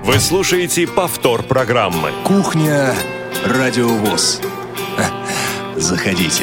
Вы слушаете повтор программы. Кухня Радио ВОС. Заходите.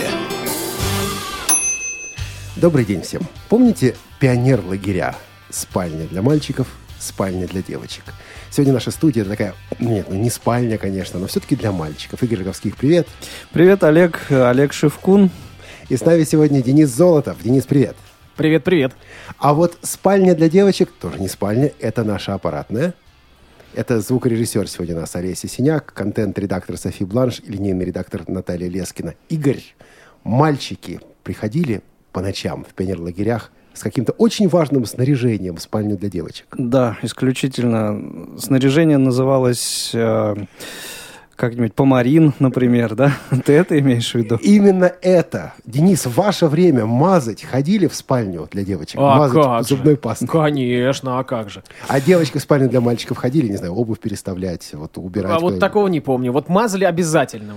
Добрый день всем. Помните пионер-лагеря? Спальня для мальчиков, спальня для девочек. Сегодня наша студия такая, не спальня, конечно, но все-таки для мальчиков. Игорь Роговских, привет. Привет, Олег. Олег Шевкун. И с нами сегодня Денис Золотов. Денис, привет. Привет. А вот спальня для девочек тоже не спальня, это наша аппаратная. Это звукорежиссер сегодня у нас Олеся Синяк, контент-редактор Софи Бланш и линейный редактор Наталья Лескина. Игорь, мальчики приходили по ночам в пионер-лагерях с каким-то очень важным снаряжением в спальню для девочек. Да, исключительно. Снаряжение называлось как-нибудь помарин, например, да? Ты это имеешь в виду? Именно это. Денис, в ваше время ходили в спальню для девочек? Мазать зубной пастой? Конечно, а как же? А девочки в спальню для мальчиков ходили, не знаю, обувь переставлять, убирать? А вот такого не помню. Вот мазали обязательно.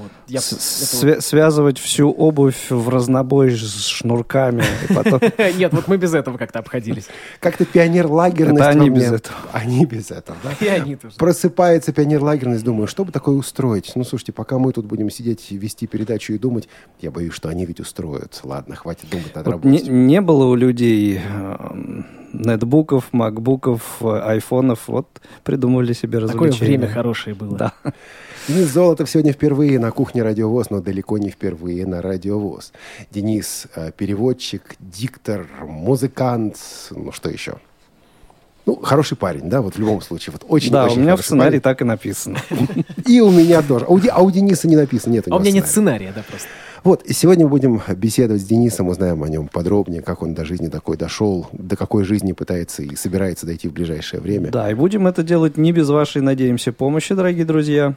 Связывать всю обувь в разнобой с шнурками. Нет, вот мы без этого как-то обходились. Как-то пионер-лагерность... Это они без этого. Они без этого, да? И они тоже. Просыпается пионер-лагерность, думаю, что бы такое устроить? Ну, слушайте, пока мы тут будем сидеть, вести передачу и думать, я боюсь, что они ведь устроят. Ладно, хватит думать, надо работать. Не было у людей нетбуков, макбуков, айфонов. Вот придумали себе развлечения. Такое время хорошее было. Да. Денис Золотов сегодня впервые на кухне Радио ВОС, но далеко не впервые на Радио ВОС. Денис переводчик, диктор, музыкант, ну что еще? Ну, хороший парень, да, вот в любом случае. Вот очень, да, очень у меня в сценарии парень. Так и написано. И у меня тоже. А у Дениса не написано, нет у него у меня нет сценария, да, просто. Вот, и сегодня мы будем беседовать с Денисом, узнаем о нем подробнее, как он до жизни такой дошел, до какой жизни пытается и собирается дойти в ближайшее время. Да, и будем это делать не без вашей, надеемся, помощи, дорогие друзья.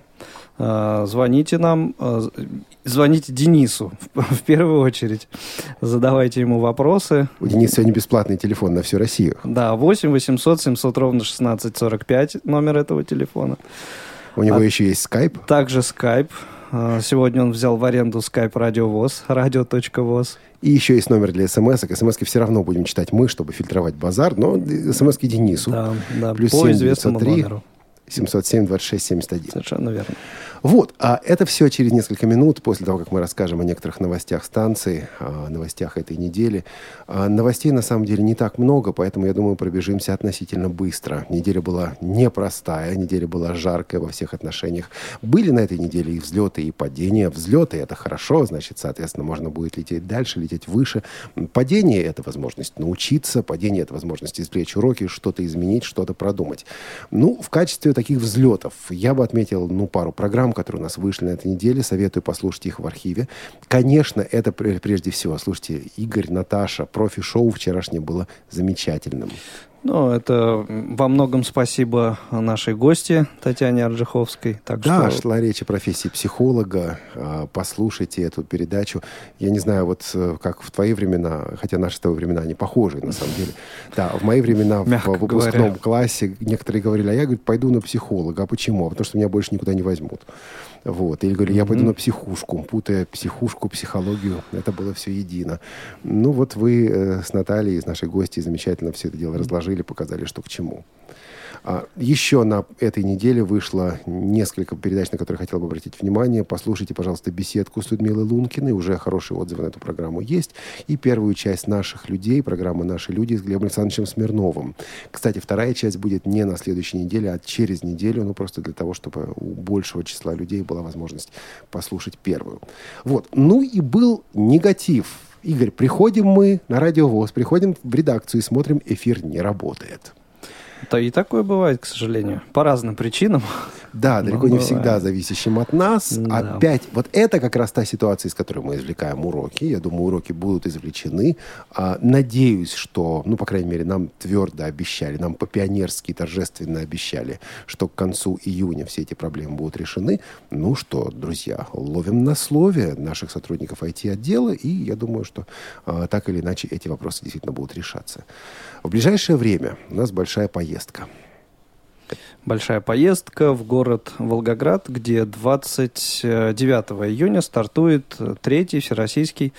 Звоните нам, звоните Денису в первую очередь, задавайте ему вопросы. У Дениса сегодня бесплатный телефон на всю Россию. Да, 8 800 700 ровно 16 45, номер этого телефона. У него еще есть скайп. Также скайп. Сегодня он взял в аренду скайп Радио ВОС, radio.voz. И еще есть номер для смс-ок. СМСки все равно будем читать мы, чтобы фильтровать базар, но смс-ки Денису. Да, плюс по 7 известному 903 номеру. 707 26 71. Совершенно верно. Вот, а это все через несколько минут, после того, как мы расскажем о некоторых новостях станции, о новостях этой недели. Новостей, на самом деле, не так много, поэтому, я думаю, пробежимся относительно быстро. Неделя была непростая, неделя была жаркая во всех отношениях. Были на этой неделе и взлеты, и падения. Взлеты — это хорошо, значит, соответственно, можно будет лететь дальше, лететь выше. Падение — это возможность научиться, падение — это возможность извлечь уроки, что-то изменить, что-то продумать. Ну, в качестве таких взлетов я бы отметил, пару программ, которые у нас вышли на этой неделе. Советую послушать их в архиве. Конечно, это прежде всего, слушайте, Игорь, Наташа, профи-шоу вчерашнее было замечательным. Ну, это во многом спасибо нашей гости Татьяне Арджиховской. Да, шла речь о профессии психолога. Послушайте эту передачу. Я не знаю, вот как в твои времена, хотя наши с тобой времена, они похожи, на самом деле. Да, в мои времена в выпускном классе некоторые говорили, а я, говорит, пойду на психолога. А почему? Потому что меня больше никуда не возьмут. Вот. Или говорили, я пойду на психушку, путая психушку, психологию. Это было все едино. Ну, вот вы с Натальей, с нашей гостьей, замечательно все это дело разложили, показали, что к чему. Еще на этой неделе вышло несколько передач, на которые хотел бы обратить внимание. Послушайте, пожалуйста, беседку с Людмилой Лункиной. Уже хорошие отзывы на эту программу есть. И первую часть «Наших людей», программы «Наши люди» с Глебом Александровичем Смирновым. Кстати, вторая часть будет не на следующей неделе, а через неделю. Просто для того, чтобы у большего числа людей была возможность послушать первую. Вот. Ну и был негатив. Игорь, приходим мы на Радио ВОС, приходим в редакцию и смотрим, эфир не работает. Да и такое бывает, к сожалению. По разным причинам. Да, далеко не всегда зависящим от нас. Да. Опять, вот это как раз та ситуация, из которой мы извлекаем уроки. Я думаю, уроки будут извлечены. Надеюсь, что, по крайней мере, нам твердо обещали, нам по-пионерски торжественно обещали, что к концу июня все эти проблемы будут решены. Ну что, друзья, ловим на слове наших сотрудников IT-отдела, и я думаю, что так или иначе эти вопросы действительно будут решаться. В ближайшее время у нас большая поездка. Большая поездка в город Волгоград, где 29 июня стартует третий Всероссийский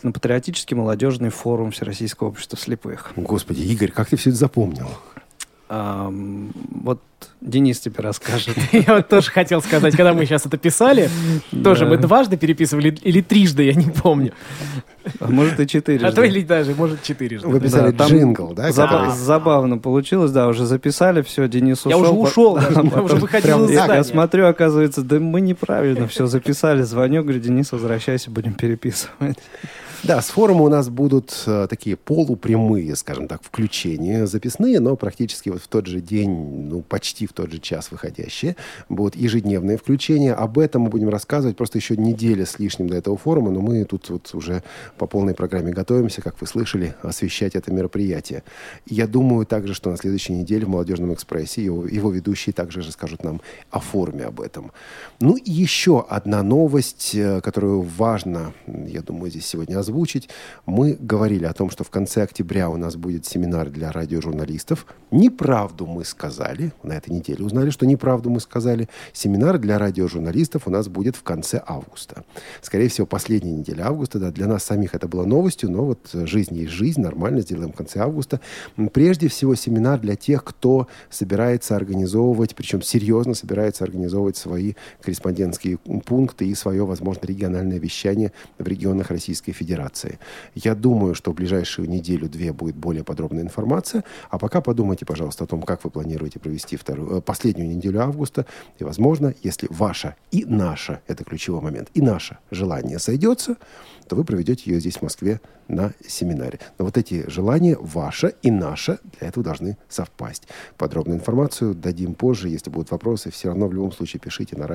образовательно-патриотический молодежный форум Всероссийского общества слепых. Господи, Игорь, как ты все это запомнил? Вот Денис тебе расскажет. Я вот тоже хотел сказать, когда мы сейчас это писали, тоже мы дважды переписывали или трижды, я не помню. А может и 4. А то или даже, может, 4. Вы писали джингл, да? Забавно получилось, да, уже записали, все, Денис ушел. Я уже ушел, я уже выходил из здания. Я смотрю, оказывается, да мы неправильно все записали. Звоню, говорю, Денис, возвращайся, будем переписывать. Да, с форума у нас будут такие полупрямые, скажем так, включения, записные, но практически вот в тот же день, ну, почти в тот же час выходящие. Будут ежедневные включения. Об этом мы будем рассказывать. Просто еще неделя с лишним до этого форума, но мы тут вот уже по полной программе готовимся, как вы слышали, освещать это мероприятие. И я думаю также, что на следующей неделе в «Молодежном экспрессе» его ведущие также расскажут нам о форуме об этом. Ну и еще одна новость, которую важно, я думаю, здесь сегодня озвучить. Мы говорили о том, что в конце октября у нас будет семинар для радиожурналистов. Неправду мы сказали. На этой неделе узнали, что неправду мы сказали. Семинар для радиожурналистов у нас будет в конце августа. Скорее всего, последняя неделя августа. Да, для нас самих это было новостью, но вот жизнь есть жизнь. Нормально, сделаем в конце августа. Прежде всего, семинар для тех, кто собирается организовывать, причем серьезно собирается организовывать свои корреспондентские пункты и свое, возможно, региональное вещание в регионах Российской Федерации. Я думаю, что в ближайшую неделю-две будет более подробная информация. А пока подумайте, пожалуйста, о том, как вы планируете провести последнюю неделю августа. И, возможно, если ваше и наше, это ключевой момент, и наше желание сойдется, то вы проведете ее здесь, в Москве, на семинаре. Но вот эти желания, ваше и наше, для этого должны совпасть. Подробную информацию дадим позже. Если будут вопросы, все равно в любом случае пишите на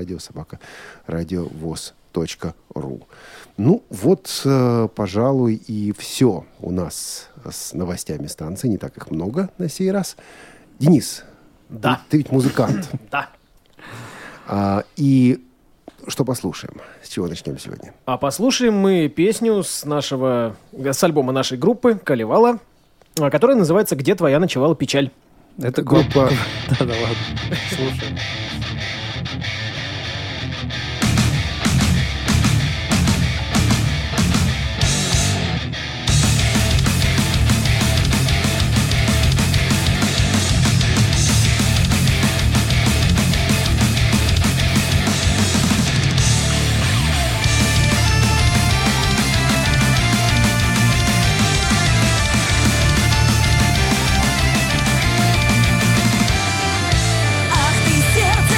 radiosobaka.radiovoz.ru. Ну, вот, пожалуй, и все у нас с новостями станции. Не так их много на сей раз. Денис, да. Ты ведь музыкант. Да. И что послушаем? С чего начнем сегодня? А послушаем мы песню с альбома нашей группы «Калевала», которая называется «Где твоя ночевала печаль». Это группа... Да, ладно. Слушаем. Ах ты, сердце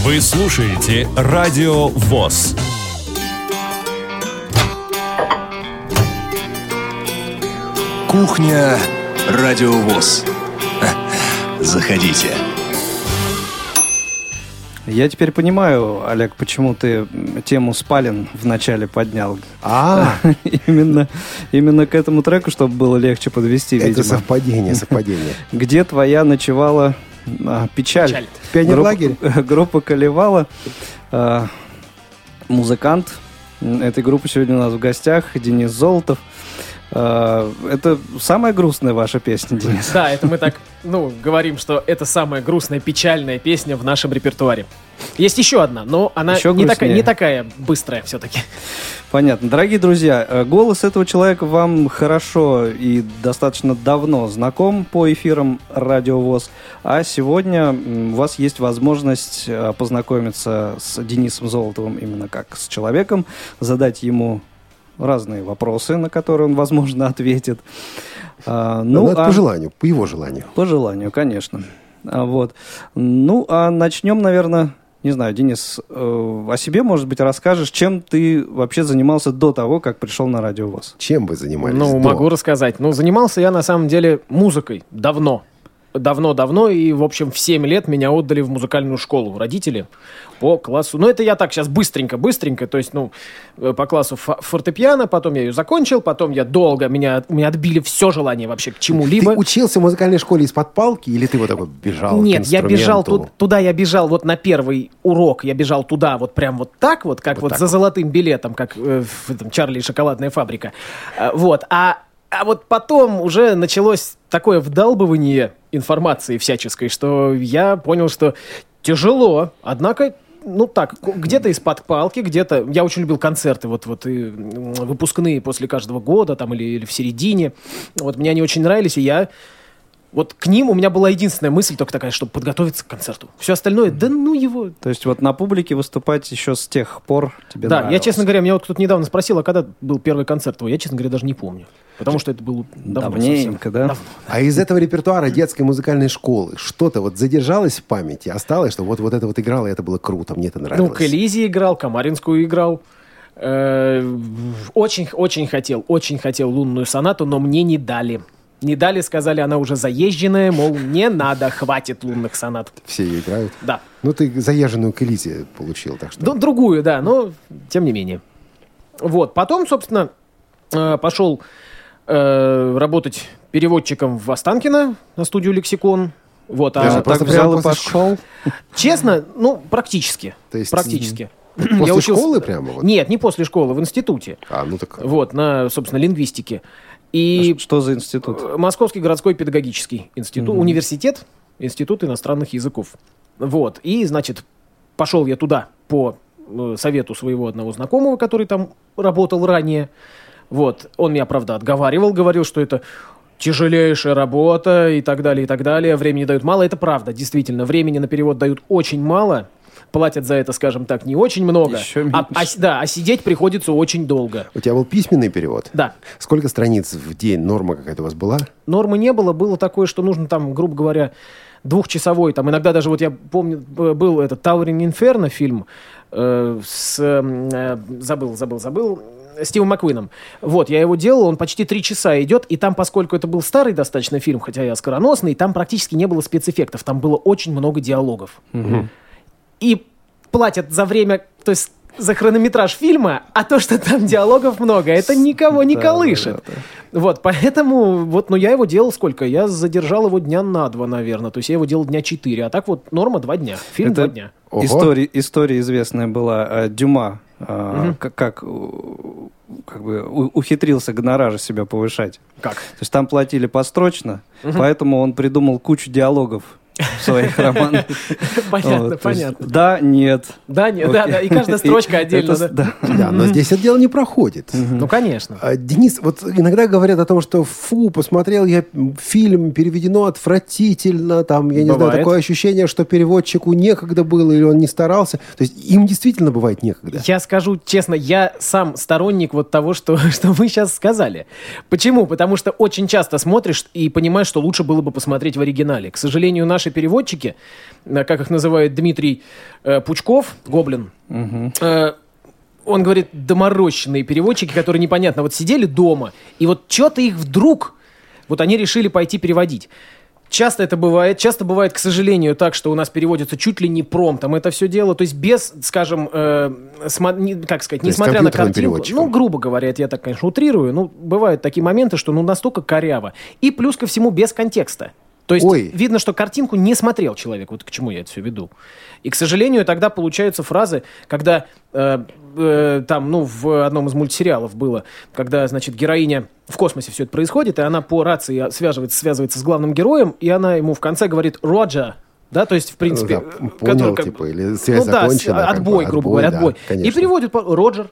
Вы слушаете Радио ВОС. Кухня Радио ВОС. Заходите. Я теперь понимаю, Олег, почему ты тему спален вначале поднял. Именно к этому треку, чтобы было легче подвести, видимо. Это совпадение. Где твоя ночевала печаль? Пионерлагерь. Группа Калевала. Музыкант этой группы сегодня у нас в гостях, Денис Золотов. Это самая грустная ваша песня, Денис? Да, это мы так, говорим, что это самая грустная, печальная песня в нашем репертуаре. Есть еще одна, но она не такая быстрая все-таки. Понятно. Дорогие друзья, голос этого человека вам хорошо и достаточно давно знаком по эфирам Радио ВОС, а сегодня у вас есть возможность познакомиться с Денисом Золотовым именно как с человеком, задать ему разные вопросы, на которые он, возможно, ответит. По желанию, по его желанию. По желанию, конечно. Вот. А начнем, наверное, не знаю, Денис, о себе, может быть, расскажешь, чем ты вообще занимался до того, как пришел на Радио ВОС? Чем вы занимались могу рассказать. Занимался я, на самом деле, музыкой давно. Давно-давно, и, в общем, в 7 лет меня отдали в музыкальную школу родители по классу. Это я так сейчас быстренько, то есть, по классу фортепиано, потом я ее закончил, потом я долго, меня отбили все желание вообще к чему-либо. Ты учился в музыкальной школе из-под палки, или ты вот такой бежал Нет, к я бежал туда, я бежал вот на первый урок, я бежал туда вот прям вот так вот, как вот за золотым билетом, как в Чарли и шоколадная фабрика. А вот потом уже началось такое вдалбывание информации всяческой, что я понял, что тяжело, однако, где-то из-под палки, где-то... Я очень любил концерты, и выпускные после каждого года, там, или в середине. Мне они очень нравились, и я... к ним у меня была единственная мысль только такая, чтобы подготовиться к концерту. Все остальное, его... То есть на публике выступать еще с тех пор тебе нравилось? Да, я, честно говоря, меня кто-то недавно спросил, а когда был первый концерт твой? Я, честно говоря, даже не помню. Потому что это было давненько, да? Давно. А из этого репертуара детской музыкальной школы что-то задержалось в памяти? Осталось, что вот это играло, и это было круто, мне это нравилось? к Элизе играл, Камаринскую играл. Очень хотел «Лунную сонату», но мне не дали. Не дали, сказали, она уже заезженная, мол, не надо, хватит лунных сонат. Все ее играют? Да. Ты заезженную к Элизе получил, так что... Другую, да, но тем не менее. Потом, собственно, пошел работать переводчиком в Останкино на студию «Лексикон». Так взял и пошел? Честно, практически. То есть практически. После школы прямо? Нет, не после школы, в институте. На, собственно, лингвистике. И что за институт? Московский городской педагогический институт, университет, институт иностранных языков. И, пошел я туда по совету своего одного знакомого, который там работал ранее. Он меня, правда, отговаривал, говорил, что это тяжелейшая работа и так далее, времени дают мало. Это правда, действительно, времени на перевод дают очень мало. Платят за это, скажем так, не очень много. А сидеть приходится очень долго. У тебя был письменный перевод? Да. Сколько страниц в день? Норма какая-то у вас была? Нормы не было. Было такое, что нужно грубо говоря, 2-часовой. Иногда даже, я помню, был этот «Towering Inferno» фильм забыл. Стивом Маккуином. Я его делал, он почти 3 часа идет, и там, поскольку это был старый достаточно фильм, хотя и оскароносный, там практически не было спецэффектов, там было очень много диалогов. И платят за время, то есть за хронометраж фильма, а то, что там диалогов много, это никого не колышет. Поэтому, я его делал сколько? Я задержал его дня на 2, наверное. То есть я его делал дня 4, а так норма 2 дня. Фильм 2 дня. История известная была Дюма. Как ухитрился гонорары себя повышать. Как? То есть там платили построчно, поэтому он придумал кучу диалогов в своих романах. Понятно. Да, нет. Да, и каждая строчка отдельно. Да, но здесь это дело не проходит. Конечно. Денис, иногда говорят о том, что посмотрел я фильм, переведено отвратительно, я не знаю, такое ощущение, что переводчику некогда было или он не старался. То есть им действительно бывает некогда. Я скажу честно, я сам сторонник того, что вы сейчас сказали. Почему? Потому что очень часто смотришь и понимаешь, что лучше было бы посмотреть в оригинале. К сожалению, наш наши переводчики, как их называет Дмитрий Пучков, Гоблин, он говорит, доморощенные переводчики, которые непонятно, вот сидели дома, и вот что-то их вдруг, вот они решили пойти переводить. Часто бывает, к сожалению, так, что у нас переводится чуть ли не промптом это все дело, то есть без, скажем, несмотря на картинку, грубо говоря, это я так, конечно, утрирую, бывают такие моменты, что настолько коряво, и плюс ко всему без контекста. То есть видно, что картинку не смотрел человек, вот к чему я это все веду. И, к сожалению, тогда получаются фразы, когда в одном из мультсериалов было, когда, значит, героиня в космосе все это происходит, и она по рации связывается с главным героем, и она ему в конце говорит «Роджер». Да, то есть, в принципе... понял, или связь закончена. Отбой, грубо говоря, отбой. И переводит «Роджер».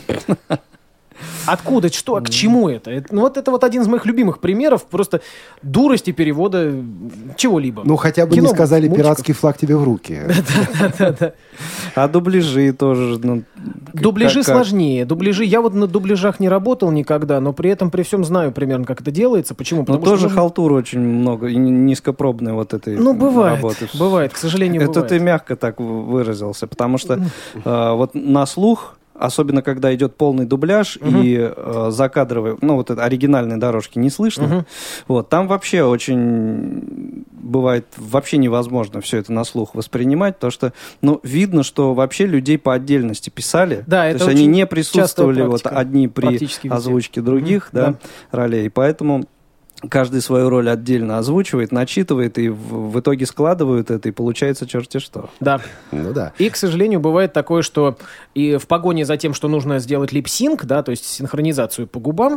Откуда, что, к чему это? Это вот один из моих любимых примеров просто дурости перевода чего-либо. Хотя бы не сказали «пиратский флаг тебе в руки». Да. А дубляжи тоже... Дубляжи сложнее. Я вот на дубляжах не работал никогда, но при этом, при всем знаю примерно, как это делается. Почему? Потому тоже халтуры очень много, и низкопробной вот этой работы. Бывает, к сожалению, бывает. Это ты мягко так выразился, потому что вот на слух... Особенно, когда идет полный дубляж и закадровые, оригинальные дорожки не слышно. Там вообще очень бывает вообще невозможно все это на слух воспринимать, потому что видно, что вообще людей по отдельности писали. Да, то есть они не присутствовали одни при озвучке других ролей. Поэтому каждый свою роль отдельно озвучивает, начитывает, и в итоге складывают это, и получается черти что. Да. И, к сожалению, бывает такое, что и в погоне за тем, что нужно сделать лип-синк, да, то есть синхронизацию по губам,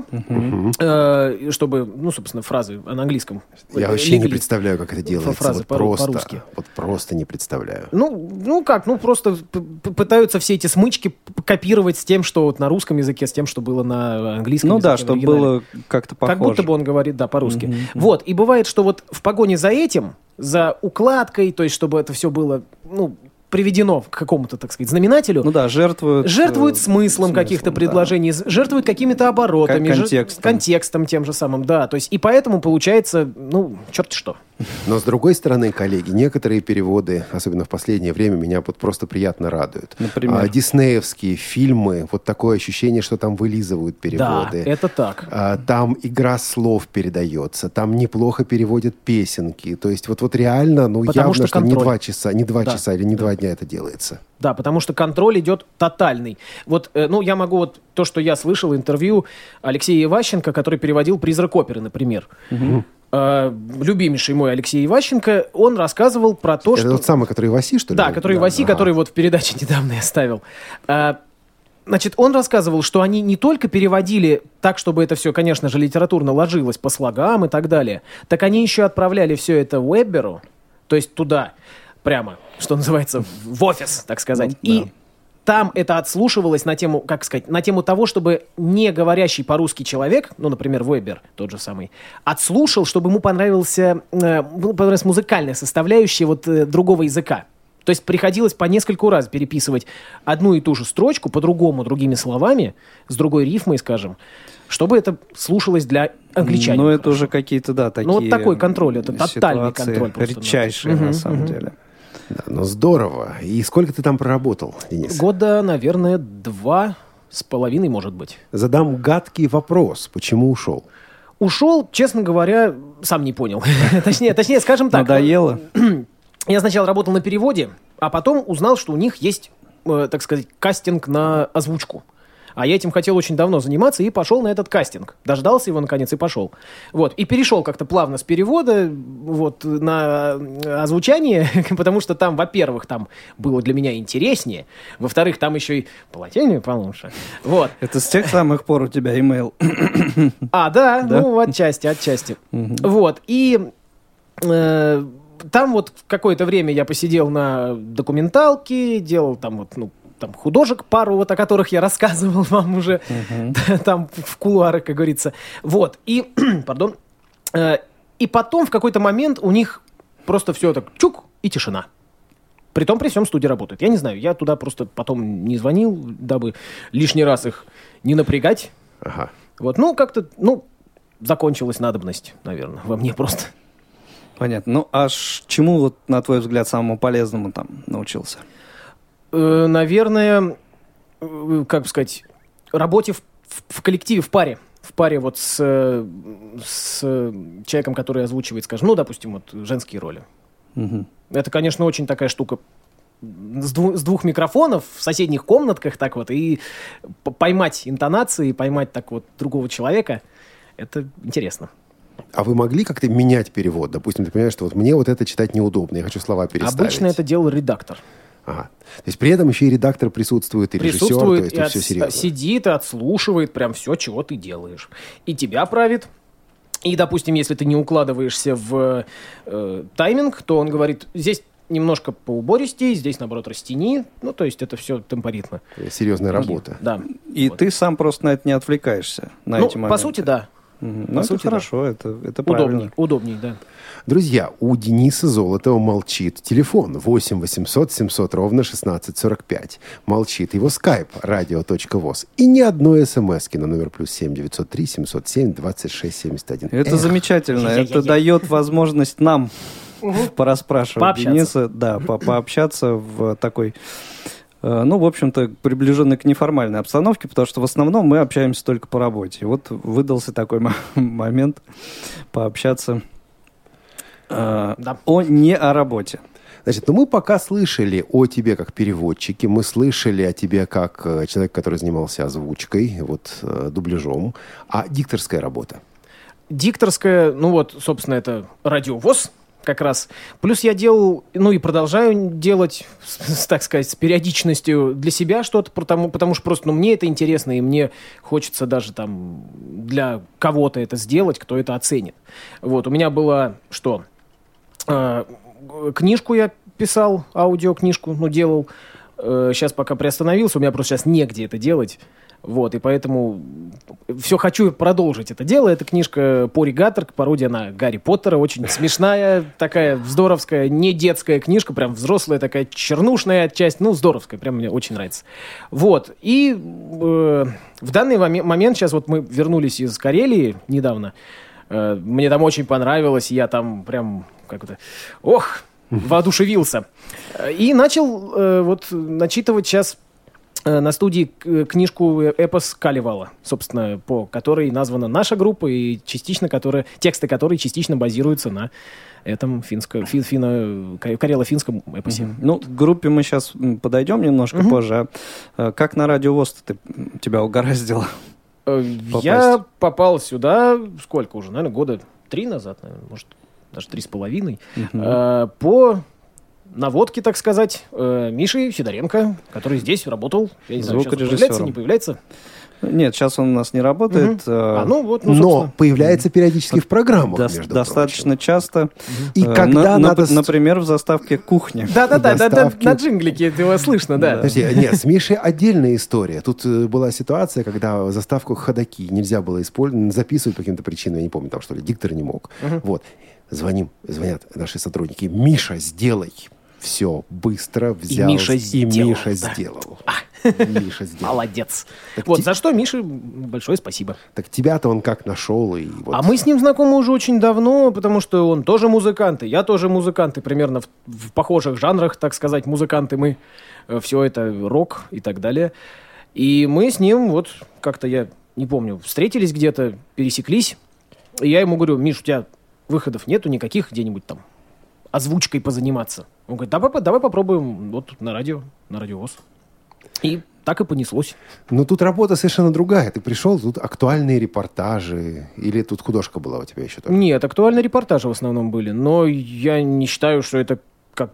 чтобы, собственно, фразы на английском. Я вообще не представляю, как это делается. Фразы по-русски. Вот просто не представляю. Просто пытаются все эти смычки копировать с тем, что на русском языке, с тем, что было на английском языке. Чтобы было как-то похоже. Как будто бы он говорит, по-русски. И бывает, что вот в погоне за этим, за укладкой, то есть чтобы это все было, приведено к какому-то, так сказать, знаменателю. Жертвуют смыслом каких-то предложений, жертвуют какими-то оборотами, контекстом тем же самым, да. То есть и поэтому получается, черти что. Но с другой стороны, коллеги, некоторые переводы, особенно в последнее время, меня просто приятно радуют. Например? Диснеевские фильмы, вот такое ощущение, что там вылизывают переводы. Да, это так. Там игра слов передается, там неплохо переводят песенки. То есть вот реально, явно, что не 2 часа или не 2 дня это делается. Да, потому что контроль идет тотальный. Я могу то, что я слышал, интервью Алексея Иващенко, который переводил «Призрак оперы», например. Любимейший мой Алексей Иващенко, он рассказывал про то, что... Это тот самый, который Иваси, что ли? Да, который Иваси, который в передаче недавно я ставил. Значит, он рассказывал, что они не только переводили так, чтобы это все, конечно же, литературно ложилось по слогам и так далее, так они еще отправляли все это Уэбберу, то есть туда, прямо, что называется, в офис, так сказать. И там это отслушивалось на тему, на тему того, чтобы не говорящий по-русски человек, например, Вебер, тот же самый, отслушал, чтобы ему понравилась музыкальная составляющая другого языка. То есть приходилось по нескольку раз переписывать одну и ту же строчку по-другому, другими словами, с другой рифмой, скажем, чтобы это слушалось для англичан. Это уже какие-то, такие такой контроль, это тотальный контроль. Редчайшие, на самом деле. Да, здорово. И сколько ты там проработал, Денис? Года, наверное, 2,5, может быть. Задам гадкий вопрос. Почему ушел? Ушел, честно говоря, сам не понял. Точнее, скажем так. Надоело? Я сначала работал на переводе, а потом узнал, что у них есть, так сказать, кастинг на озвучку. А я этим хотел очень давно заниматься и пошел на этот кастинг. Дождался его, наконец, и пошел. И перешел как-то плавно с перевода на озвучание, потому что там, во-первых, там было для меня интереснее, во-вторых, там еще и полотенце получше. Это с тех самых пор у тебя имейл. Да? Отчасти. И там в какое-то время я посидел на документалке, делал там там художек пару, о которых я рассказывал вам уже, там в кулуарах, как говорится. И, и потом в какой-то момент у них просто все так чук, и тишина. Притом при всем студия работает. Я не знаю, я туда просто потом не звонил, дабы лишний раз их не напрягать. Ага. Как-то, закончилась надобность, наверное, во мне просто. Понятно. Ну, а чему, вот, на твой взгляд, самому полезному там научился? Наверное, как бы сказать, работе в коллективе, в паре. В паре вот с человеком, который озвучивает, скажем, допустим, вот женские роли. Угу. Это, конечно, очень такая штука с двух микрофонов в соседних комнатках так вот, и поймать интонации, поймать так вот другого человека, это интересно. А вы могли как-то менять перевод? Допустим, ты понимаешь, что вот мне вот это читать неудобно, я хочу слова переставить. Обычно это делал редактор. Ага. То есть при этом еще и редактор присутствует, и режиссер, то есть тут все серьезно. Сидит и отслушивает прям все, чего ты делаешь. И тебя правит. И, допустим, если ты не укладываешься в тайминг, то он говорит, здесь немножко поубористей, здесь, наоборот, растяни. Ну, то есть это все темпоритмно. Серьезная работа. Да. И вот. Ты сам просто на это не отвлекаешься, на эти моменты. По сути, да. Ну, это хорошо, да. это правильно. Удобнее, да. Друзья, у Дениса Золотова молчит телефон 8 800 700 ровно 1645. Молчит его скайп radio.voz. И ни одной смс-ки на номер +7 903 707 26 71. Это замечательно. Это дает возможность нам пораспрашивать пообщаться. Дениса. Да, пообщаться в такой... в общем-то, приближенной к неформальной обстановке, потому что в основном мы общаемся только по работе. И вот выдался такой момент пообщаться не о работе. Значит, мы пока слышали о тебе как переводчике, мы слышали о тебе как человек, который занимался озвучкой, дубляжом, а дикторская работа? Дикторская, собственно, это Радио ВОС. Как раз. Плюс я делал, и продолжаю делать, так сказать, с периодичностью для себя что-то, потому что просто, мне это интересно, и мне хочется даже там для кого-то это сделать, кто это оценит. Вот, у меня было, книжку я писал, аудиокнижку, делал. Сейчас пока приостановился, у меня просто сейчас негде это делать. Вот, и поэтому все хочу продолжить это дело. Это книжка «Пори Гаттер», пародия на Гарри Поттера. Очень смешная, такая здоровская, не детская книжка, прям взрослая такая, чернушная часть. Здоровская, прям мне очень нравится. Вот, и в данный момент, сейчас мы вернулись из Карелии недавно. Мне там очень понравилось, я там прям, воодушевился. И начал начитывать сейчас на студии книжку «Эпос Калевала», собственно, по которой названа наша группа, и тексты которой частично базируются на этом карело-финском эпосе. К группе мы сейчас подойдем немножко позже. Как на Радио ВОС тебя угораздило попасть? Я попал сюда, сколько уже, наверное, года 3 назад, наверное, может, даже 3,5. По наводки, так сказать, Миши Сидоренко, который здесь работал. Я не знаю, сейчас он появляется, не появляется? Нет, сейчас он у нас не работает. Но появляется периодически в программах, достаточно часто. И когда например, в заставке «Кухни». Да-да-да, на джинглике его слышно, да. Нет, с Мишей отдельная история. Тут была ситуация, когда заставку «Ходаки» нельзя было записывать по каким-то причинам, я не помню, там что ли, диктор не мог. Вот. Звонят наши сотрудники. «Миша, сделай!» Все быстро взял, Миша сделал. Миша сделал. Молодец. За что Мише большое спасибо. Так тебя-то он как нашел? А мы с ним знакомы уже очень давно, потому что он тоже музыкант, и я тоже музыкант, и примерно в похожих жанрах, так сказать, музыканты мы. Все это рок и так далее. И мы с ним как-то, я не помню, встретились где-то, пересеклись. И я ему говорю: Миш, у тебя выходов нету никаких где-нибудь там озвучкой позаниматься? Он говорит: давай попробуем на радио ВОС. И так и понеслось. Но тут работа совершенно другая. Ты пришел, тут актуальные репортажи. Или тут художка была у тебя еще тоже? Нет, актуальные репортажи в основном были. Но я не считаю, что это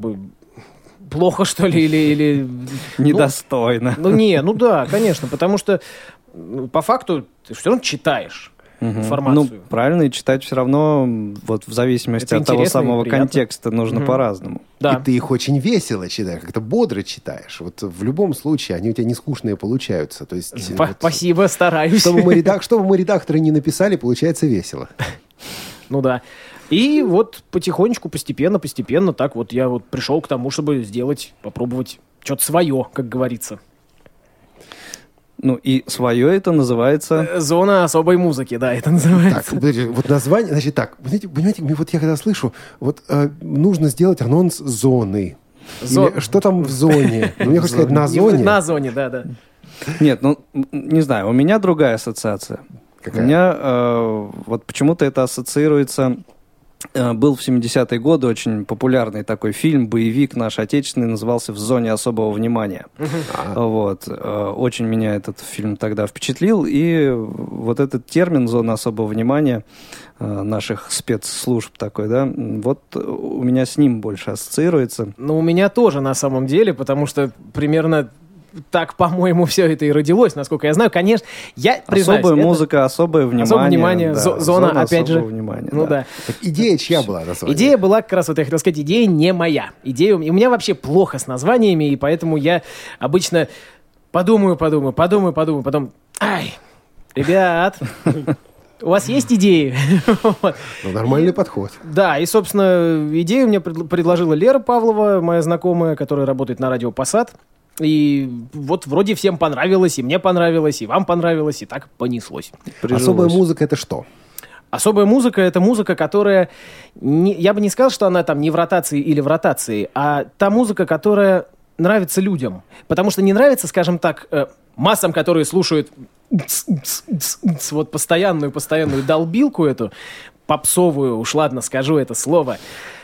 плохо, что ли, или... Недостойно. Да, конечно. Потому что по факту ты все равно читаешь информацию. Правильно, и читать все равно, в зависимости от того самого контекста, нужно по-разному. Да. И ты их очень весело читаешь, как-то бодро читаешь. В любом случае, они у тебя не скучные получаются. То есть, спасибо, стараюсь. Чтобы мы редакторы не написали, получается весело. Да. И потихонечку, постепенно, так я пришел к тому, чтобы попробовать что-то свое, как говорится. Ну и свое это называется... Зона особой музыки, да, это называется. Так, подожди, вот название, значит так, понимаете, вот я когда слышу, вот нужно сделать анонс зоны. Или что там в зоне? Мне хочется сказать, на зоне. На зоне, да. Нет, ну, не знаю, у меня другая ассоциация. Какая? У меня вот почему-то это ассоциируется... Был в 70-е годы очень популярный такой фильм, боевик наш отечественный, назывался «В зоне особого внимания». Вот. Очень меня этот фильм тогда впечатлил, и вот этот термин «зона особого внимания» наших спецслужб такой, да, вот у меня с ним больше ассоциируется. Ну, у меня тоже на самом деле, потому что примерно... Так, по-моему, все это и родилось, насколько я знаю. Конечно, я признаюсь... Особая музыка, особое внимание. Особое внимание, да, зона, опять же. Внимания, ну да. Так идея чья была название? Идея была, как раз вот я хотел сказать, идея не моя. Идея... И у меня вообще плохо с названиями, и поэтому я обычно подумаю, потом... Ай, ребят... У вас есть идеи? Ну, нормальный подход. Да, и, собственно, идею мне предложила Лера Павлова, моя знакомая, которая работает на радио «Посад». И вот вроде всем понравилось, и мне понравилось, и вам понравилось, и так понеслось. Прижилось. Особая музыка — это что? Особая музыка — это музыка, которая... я бы не сказал, что она там не в ротации или в ротации, а та музыка, которая нравится людям. Потому что не нравится, скажем так, массам, которые слушают вот постоянную долбилку эту, попсовую, уж ладно, скажу это слово.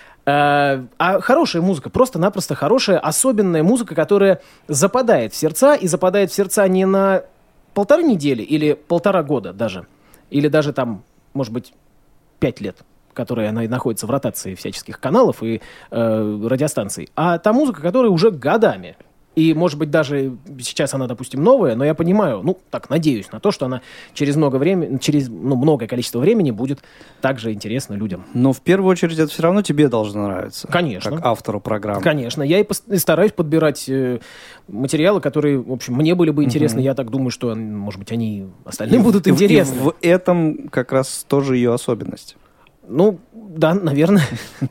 А хорошая музыка, просто-напросто хорошая, особенная музыка, которая западает в сердца, и западает в сердца не на 1,5 недели или 1,5 года даже, или даже там, может быть, 5 лет, которые она и находится в ротации всяческих каналов и радиостанций, а та музыка, которая уже годами. И, может быть, даже сейчас она, допустим, новая, но я понимаю, ну, так, надеюсь на то, что она через многое количество времени будет также интересна людям. Но в первую очередь это все равно тебе должно нравиться. Конечно. Как автору программы. Конечно. Я и стараюсь подбирать материалы, которые, в общем, мне были бы интересны. Я так думаю, что, может быть, они остальным будут интересны. И в этом как раз тоже ее особенность. Ну, да, наверное.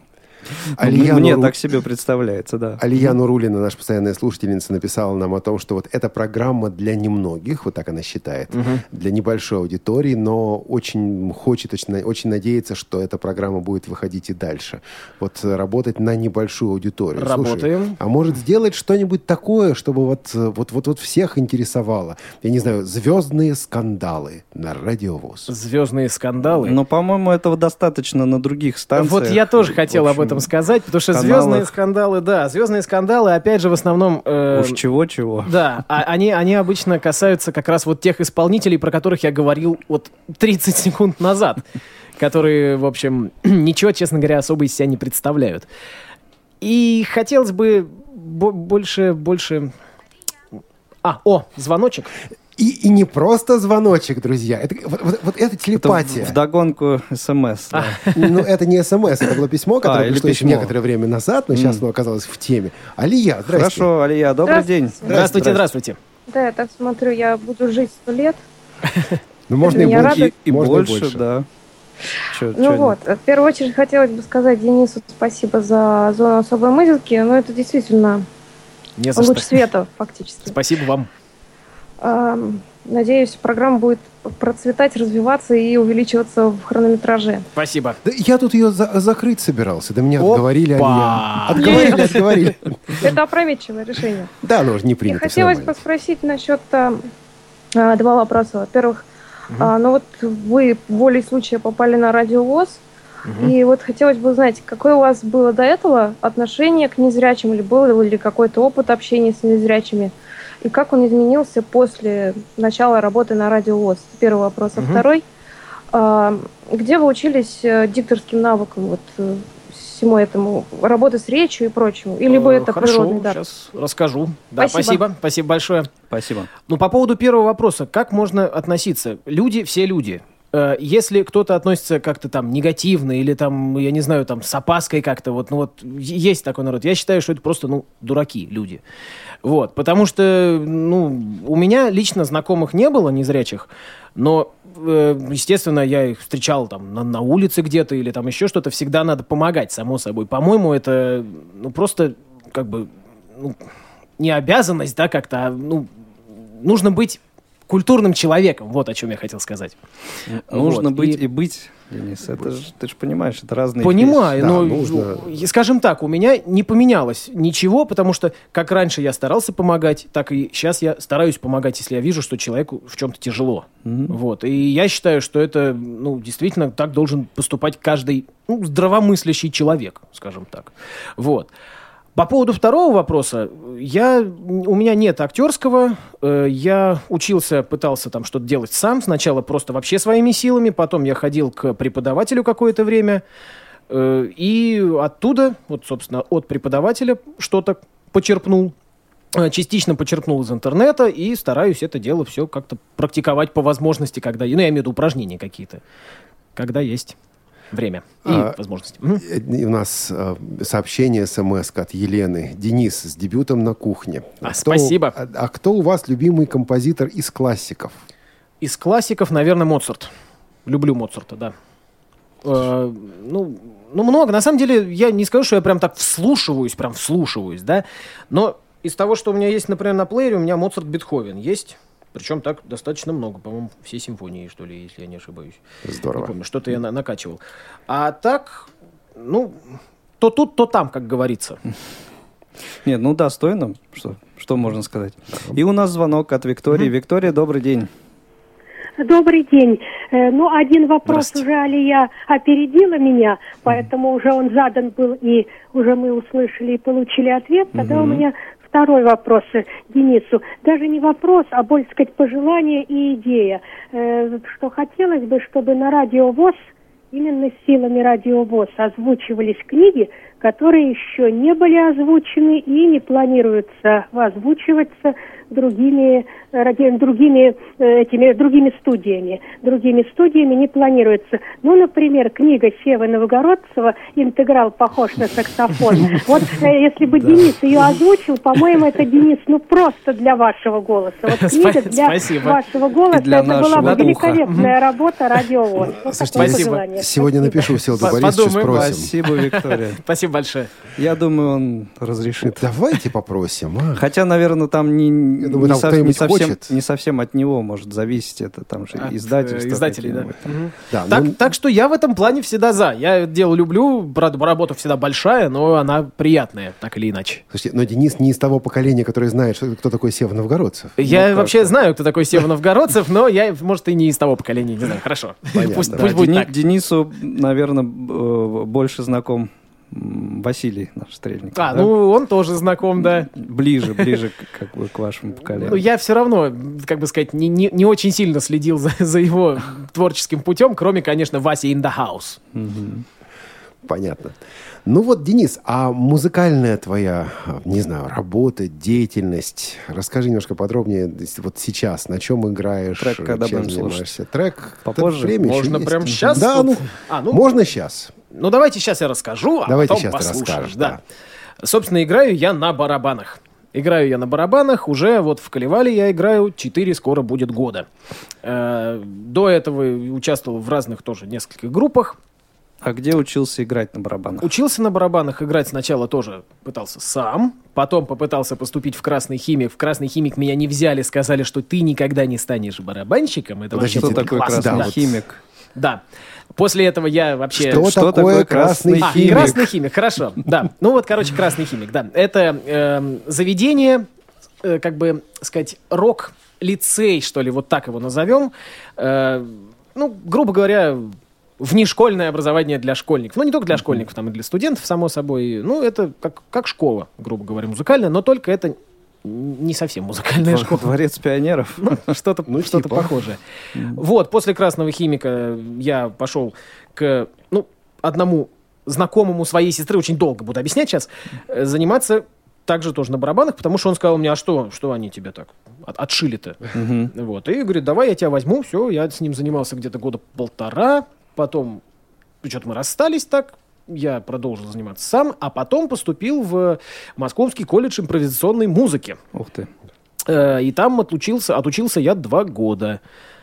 Мне так себе представляется, да. Алия Нуруллина, наша постоянная слушательница, написала нам о том, что вот эта программа для немногих, вот так она считает, для небольшой аудитории, но очень хочет, очень надеется, что эта программа будет выходить и дальше. Вот работать на небольшую аудиторию. Работаем. Слушай, а может сделать что-нибудь такое, чтобы вот всех интересовало? Я не знаю, звездные скандалы на Радио ВОС. Звездные скандалы? Но, по-моему, этого достаточно на других станциях. Вот я тоже хотел об этом сказать, потому что звездные скандалы, опять же, в основном... Уж чего-чего. Да, они обычно касаются как раз вот тех исполнителей, про которых я говорил вот 30 секунд назад, которые, в общем, ничего, честно говоря, особо из себя не представляют. И хотелось бы больше... звоночек. И не просто звоночек, друзья. Вот это телепатия. Это вдогонку СМС. Да. Ну, это не СМС, это было письмо, которое пришло еще письмо. некоторое время назад, но сейчас оно оказалось в теме. Алия, здрасте. Хорошо, Алия, добрый день. Здравствуйте. Да, я так смотрю, я буду жить 100 лет. Ну, можно Меня и больше. рада. И можно больше, да. Вот, в первую очередь хотелось бы сказать Денису спасибо за зону особой музыки, но это действительно Не за луч что. света, фактически. Спасибо вам. Надеюсь, программа будет процветать, развиваться и увеличиваться в хронометраже. Спасибо. Да я тут ее закрыть собирался, да меня Опа! отговорили, Алия. Отговорили. Это опрометчивое решение. Да, ну, не И принято. хотелось бы спросить насчет 2 вопроса. Во-первых, ну вот вы волей случая попали на Радио ВОС, и вот хотелось бы узнать, какое у вас было до этого отношение к незрячим, или был ли какой-то опыт общения с незрячими, и как он изменился после начала работы на Радио ВОС? Первый вопрос. А второй, где вы учились дикторским навыкам, вот всему этому, работы с речью и прочему? Или бы это природный дар? Сейчас расскажу. Да, Спасибо. Спасибо большое. Спасибо. Ну, по поводу первого вопроса, как можно относиться? Люди, все люди. Если кто-то относится как-то там негативно или там, я не знаю, там с опаской как-то, вот, ну вот есть такой народ, я считаю, что это просто, ну, дураки люди. Вот, потому что, ну, у меня лично знакомых не было незрячих, но, естественно, я их встречал там на улице где-то или там еще что-то, всегда надо помогать, само собой. По-моему, это, ну, просто, как бы, ну, не обязанность, да, как-то, а, ну, нужно быть культурным человеком. Вот о чем я хотел сказать. Нужно быть и быть, Денис. Это ты же понимаешь, это разные вещи. Понимаю, Да, но, нужно... скажем так, у меня не поменялось ничего, потому что как раньше я старался помогать, так и сейчас я стараюсь помогать, если я вижу, что человеку в чем-то тяжело. Вот. И я считаю, что это, действительно так должен поступать каждый здравомыслящий человек, скажем так. Вот. По поводу второго вопроса, у меня нет актерского, я учился, пытался там что-то делать сам, сначала просто вообще своими силами, потом я ходил к преподавателю какое-то время, и оттуда, вот, собственно, от преподавателя что-то почерпнул, частично почерпнул из интернета, и стараюсь это дело все как-то практиковать по возможности, когда, я имею в виду упражнения какие-то, когда есть... время и возможности. У нас сообщение, смс от Елены. Денис, с дебютом на кухне. Спасибо. Кто у вас любимый композитор из классиков? Из классиков, наверное, Моцарт. Люблю Моцарта, да. Много. На самом деле, я не скажу, что я прям так вслушиваюсь, да. Но из того, что у меня есть, например, на плеере, у меня Моцарт, Бетховен есть. Причем так достаточно много, по-моему, все симфонии, что ли, если я не ошибаюсь. Здорово. Не помню, что-то я накачивал. А так, то тут, то там, как говорится. Нет, достойно, что можно сказать. И у нас звонок от Виктории. Виктория, добрый день. Добрый день. Один вопрос уже Алия опередила меня, поэтому уже он задан был, и уже мы услышали и получили ответ. Тогда у меня второй вопрос Денису. Даже не вопрос, а, больше сказать, пожелание и идея. Что хотелось бы, чтобы на Радио ВОС, именно силами Радио ВОС, озвучивались книги, которые еще не были озвучены и не планируются озвучиваться другими студиями. Другими студиями не планируется. Например, книга Севы Новгородцева «Интеграл похож на саксофон». Вот если бы Денис ее озвучил, по-моему, это, Денис, просто для вашего голоса. Вот книга для вашего голоса, это была бы великолепная работа Радио ВОС. Спасибо. Сегодня напишу Всеволоду Борисовичу, спросим. Спасибо, Виктория. Спасибо большое. Я думаю, он разрешит. Давайте попросим. Хотя, наверное, там не не совсем от него может зависеть. Это там же издательство. Издателей, да. Так что я в этом плане всегда за. Я дело люблю, правда, работа всегда большая, но она приятная, так или иначе. Слушайте, но Денис не из того поколения, которое знает, кто такой Сева Новгородцев. Я вообще знаю, кто такой Сева Новгородцев, но я, может, и не из того поколения, не знаю. Хорошо. Пусть будет так. Денису, наверное, больше знаком Василий наш Стрельников. Он тоже знаком, да. Ближе как бы к вашему поколению. Я все равно, как бы сказать, не очень сильно следил за его творческим путем, кроме, конечно, Васи in the house. Понятно. Денис, а музыкальная твоя, не знаю, работа, деятельность, расскажи немножко подробнее, вот сейчас, на чем играешь, трек, когда чем будем занимаешься. слушать? Трек попозже? Время можно прямо сейчас? Да, можно сейчас. Давайте сейчас я расскажу, Давайте потом сейчас послушаешь. ты расскажешь, да. Собственно, играю я на барабанах. Уже вот в Калевале я играю 4, скоро будет года. До этого участвовал в разных тоже нескольких группах. А где учился играть на барабанах? Учился на барабанах играть сначала тоже пытался сам, потом попытался поступить в Красный Химик. В Красный Химик меня не взяли, сказали, что ты никогда не станешь барабанщиком. Это вообще что такое Красный Химик? Да. После этого я вообще... Что такое Красный Химик? Красный Химик, хорошо. Да. Красный Химик, да. Это заведение, как бы сказать, рок-лицей, что ли, вот так его назовем. Грубо говоря, внешкольное образование для школьников. Не только для школьников, там и для студентов, само собой. Это как школа, грубо говоря, музыкальная, но только это не совсем музыкальная школа. Дворец пионеров. Что-то похожее. После Красного Химика я пошел к одному знакомому своей сестры, очень долго буду объяснять сейчас, заниматься также тоже на барабанах, потому что он сказал мне, а что они тебя так отшили-то? И говорит, давай я тебя возьму. Все, я с ним занимался где-то года 1.5, потом что-то мы расстались так, я продолжил заниматься сам, а потом поступил в Московский колледж импровизационной музыки. Ух ты. И там отучился я 2 года.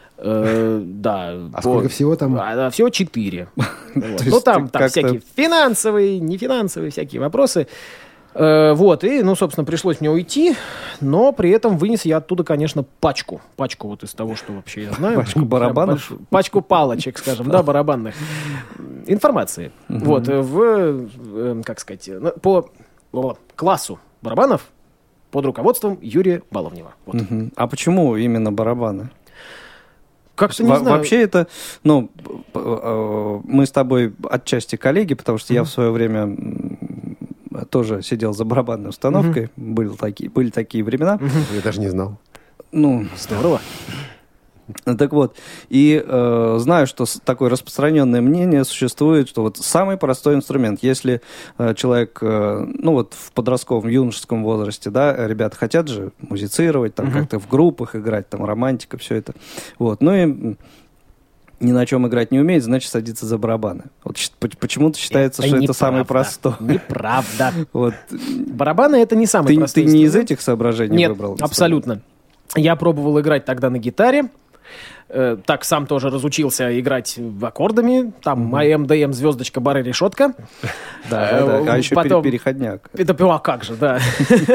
Да. А сколько всего там? Всего 4. Там всякие финансовые, нефинансовые всякие вопросы. Вот, и, ну, собственно, пришлось мне уйти, но при этом вынес я оттуда, конечно, пачку вот из того, что вообще я знаю. Пачку барабанов? Пачку палочек, скажем, да, барабанных. Информации. Вот, как сказать, по классу барабанов под руководством Юрия Баловнева. Вот. А почему именно барабаны? Как-то не знаю. Вообще это, ну, мы с тобой отчасти коллеги, потому что я в свое время тоже сидел за барабанной установкой. Были такие времена. Я даже не знал. Ну, здорово. Так вот, и знаю, что такое распространенное мнение существует, что вот самый простой инструмент, если человек, ну вот в подростковом, юношеском возрасте, да, ребята хотят же музицировать, там как-то в группах играть, там романтика, все это, вот, ну и ни на чем играть не умеет, значит, садится за барабаны. Вот почему-то считается, что это самый простой. Неправда. Вот. Барабаны — это не самый простой Ты не из этих соображений выбрал? Нет, абсолютно. Я пробовал играть тогда на гитаре. Так сам тоже разучился играть аккордами. Там МДМ, звездочка, бары, решетка. Да. А еще потом переходняк. Это а как же, да.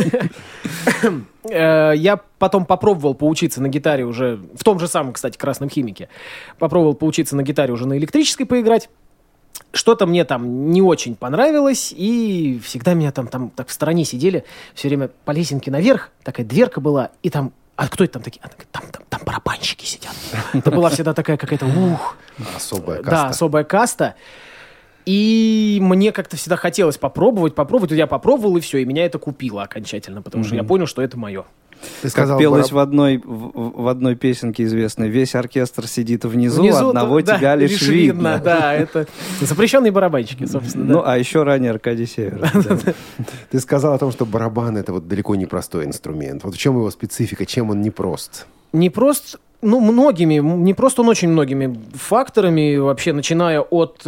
Я потом попробовал поучиться на гитаре уже, в том же самом, кстати, «Красном химике». Попробовал поучиться на гитаре уже на электрической поиграть. Что-то мне там не очень понравилось, и всегда меня там так в стороне сидели, все время по лесенке наверх, такая дверка была, и там, а кто это там такие? Там барабанщики сидят. Это была всегда такая какая-то, особая каста. Да, особая каста. И мне как-то всегда хотелось попробовать. Я попробовал, и все, и меня это купило окончательно, потому что я понял, что это мое. Ты сказал, как пелось в одной песенке известной: весь оркестр сидит внизу одного тебя лишь видно. Да, это запрещенные барабанщики, собственно. Ну, а еще ранее Аркадий Север. Ты сказал о том, что барабан — это вот далеко не простой инструмент. Вот в чем его специфика, чем он непрост? Непрост, ну, не просто он очень многими факторами, вообще, начиная от,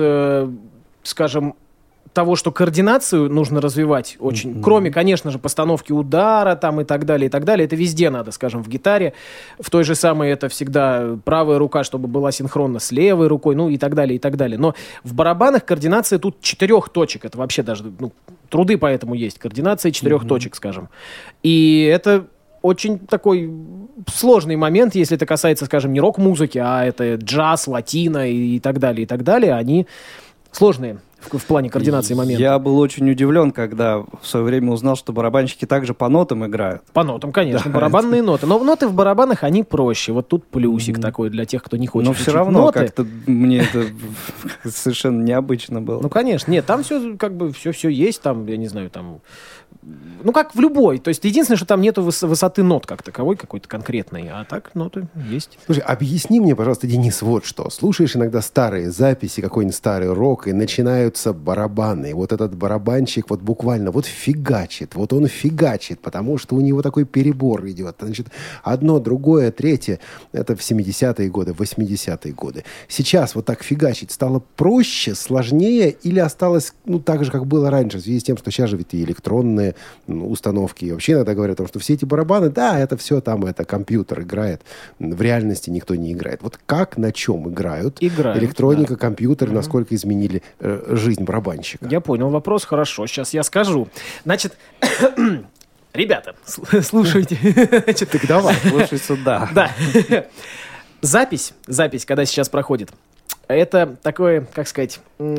скажем, того, что координацию нужно развивать очень, кроме, конечно же, постановки удара там и так далее, это везде надо, скажем, в гитаре, в той же самой это всегда правая рука, чтобы была синхронна с левой рукой, ну и так далее, но в барабанах координация тут 4 точек, это вообще даже, ну, труды поэтому есть, координация 4 точек, скажем, и это очень такой сложный момент, если это касается, скажем, не рок-музыки, а это джаз, латино и так далее, они сложные в плане координации момента. Я был очень удивлен, когда в свое время узнал, что барабанщики также по нотам играют. По нотам, конечно, да, барабанные ноты. Но ноты в барабанах, они проще. Вот тут плюсик такой для тех, кто не хочет учить ноты. Но все равно как-то мне это совершенно необычно было. Ну, конечно. Нет, там все как бы все есть. Там, я не знаю, там... Ну, как в любой. То есть, единственное, что там нету высоты нот как таковой, какой-то конкретной. А так ноты есть. Слушай, объясни мне, пожалуйста, Денис, вот что. Слушаешь иногда старые записи, какой-нибудь старый рок, и начинаются барабаны. И вот этот барабанщик вот буквально вот фигачит. Вот он фигачит, потому что у него такой перебор идет. Значит, одно, другое, третье. Это в 70-е годы, 80-е годы. Сейчас вот так фигачить стало проще, сложнее или осталось, ну, так же, как было раньше, в связи с тем, что сейчас же ведь и электронные установки. И вообще иногда говорят о том, что все эти барабаны, да, это все там, это компьютер играет. В реальности никто не играет. Вот как, на чем играют? Электроника, да. Компьютер, насколько изменили жизнь барабанщика? Я понял вопрос, хорошо. Сейчас я скажу. Значит, ребята, слушайте. Так давай. Слушай сюда. Да. Запись, когда сейчас проходит, это такое, как сказать...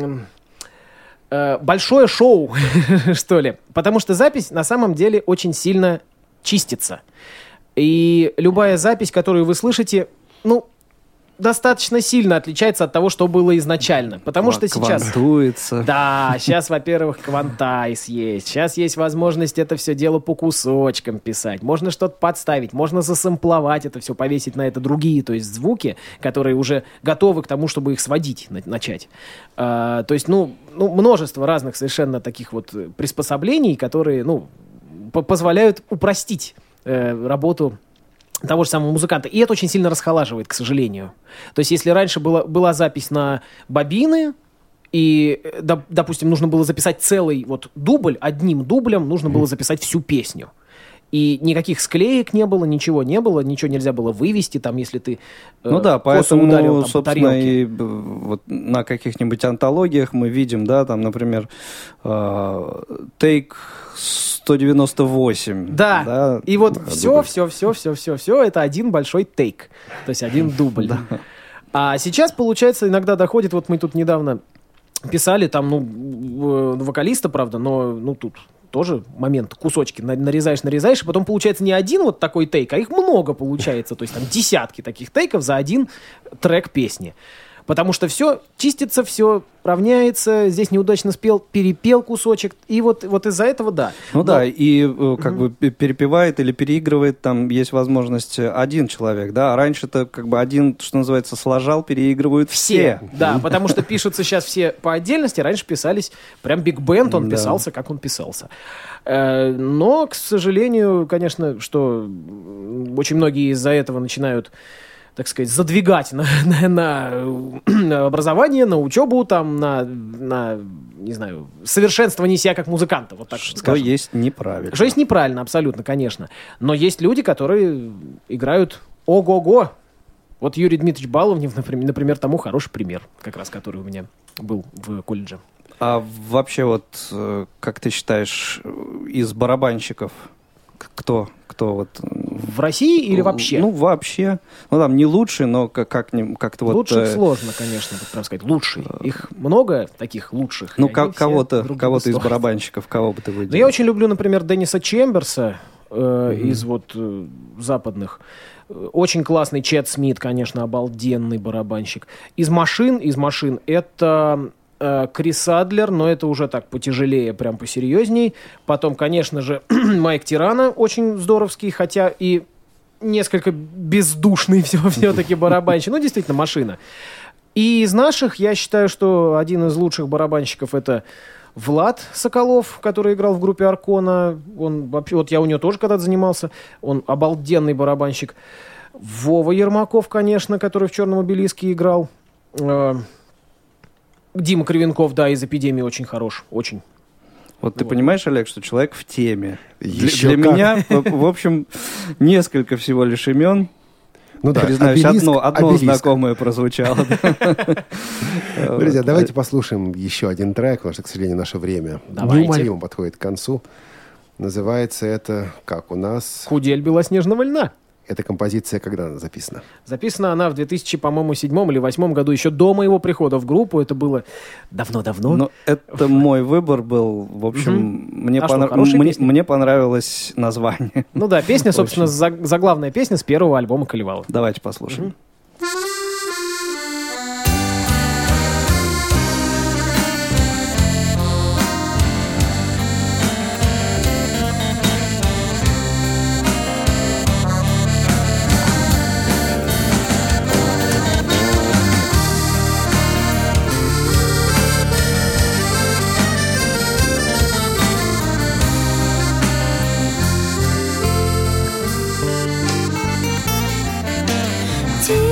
большое шоу, что ли. Потому что запись на самом деле очень сильно чистится. И любая запись, которую вы слышите, ну, достаточно сильно отличается от того, что было изначально. Потому что сейчас... Квантуется. Да, сейчас, во-первых, квантайз есть. Сейчас есть возможность это все дело по кусочкам писать. Можно что-то подставить, можно засэмпловать это все, повесить на это другие, то есть звуки, которые уже готовы к тому, чтобы их сводить, начать. То есть, ну, множество разных совершенно таких вот приспособлений, которые, ну, позволяют упростить работу того же самого музыканта. И это очень сильно расхолаживает, к сожалению. То есть, если раньше была запись на бобины, и, допустим, нужно было записать целый вот дубль, одним дублем нужно было записать всю песню. И никаких склеек не было, ничего нельзя было вывести, там, если ты ну да, поэтому, ударил, там, собственно, и вот на каких-нибудь антологиях мы видим, да, там, например, Take 198. Да, и вот все, это один большой тейк, то есть один дубль. А сейчас, получается, иногда доходит, вот мы тут недавно писали, там, вокалиста, правда, но тут тоже момент, кусочки нарезаешь, и потом получается не один вот такой тейк, а их много получается, то есть там десятки таких тейков за один трек песни. Потому что все чистится, все равняется, здесь неудачно спел, перепел кусочек, и вот из-за этого, да. Ну да, и как бы перепевает или переигрывает, там есть возможность один человек, да, а раньше-то как бы один, что называется, сложал, переигрывают все. Да, потому что пишутся сейчас все по отдельности, раньше писались прям биг-бенд, он писался, как он писался. Но, к сожалению, конечно, что очень многие из-за этого начинают, так сказать, задвигать на образование, на учебу, там, на, не знаю, совершенствование себя как музыканта, вот так что скажем. Есть неправильно. Что есть неправильно, абсолютно, конечно. Но есть люди, которые играют ого-го. Вот Юрий Дмитриевич Баловнев, например, тому хороший пример, как раз который у меня был в колледже. А вообще вот, как ты считаешь, из барабанщиков кто вот... В России или вообще? Ну, вообще. Ну, там не лучший, но как-то вот... Лучших сложно, конечно, прям сказать. Лучший. Их много таких лучших. Ну, кого-то из барабанщиков, кого бы ты выделил? Ну, я очень люблю, например, Денниса Чемберса из вот западных. Очень классный Чет Смит, конечно, обалденный барабанщик. Из машин это... Крис Адлер, но это уже так потяжелее, прям посерьезней. Потом, конечно же, Майк Тирана, очень здоровский, хотя и несколько бездушный все-таки барабанщик. Ну, действительно, машина. И из наших, я считаю, что один из лучших барабанщиков — это Влад Соколов, который играл в группе Аркона. Он вообще, вот я у него тоже когда-то занимался. Он обалденный барабанщик. Вова Ермаков, конечно, который в «Черном обелиске» играл. Дима Кривенков, да, из «Эпидемии» очень хорош, очень. Вот ты понимаешь, Олег, что человек в теме. Для меня, в общем, несколько всего лишь имен. Ну да, признаюсь, одно знакомое прозвучало. Друзья, давайте послушаем еще один трек, потому что, к сожалению, наше время неумолимо подходит к концу. Называется это, как у нас... «Кудель белоснежного льна». Эта композиция когда она записана? Записана она в 2007 или 2008 году, еще до моего прихода в группу. Это было давно-давно. Но это мой выбор был. В общем, мне понравилось название. Ну да, песня, собственно, заглавная песня с первого альбома Калевала. Давайте послушаем. Deep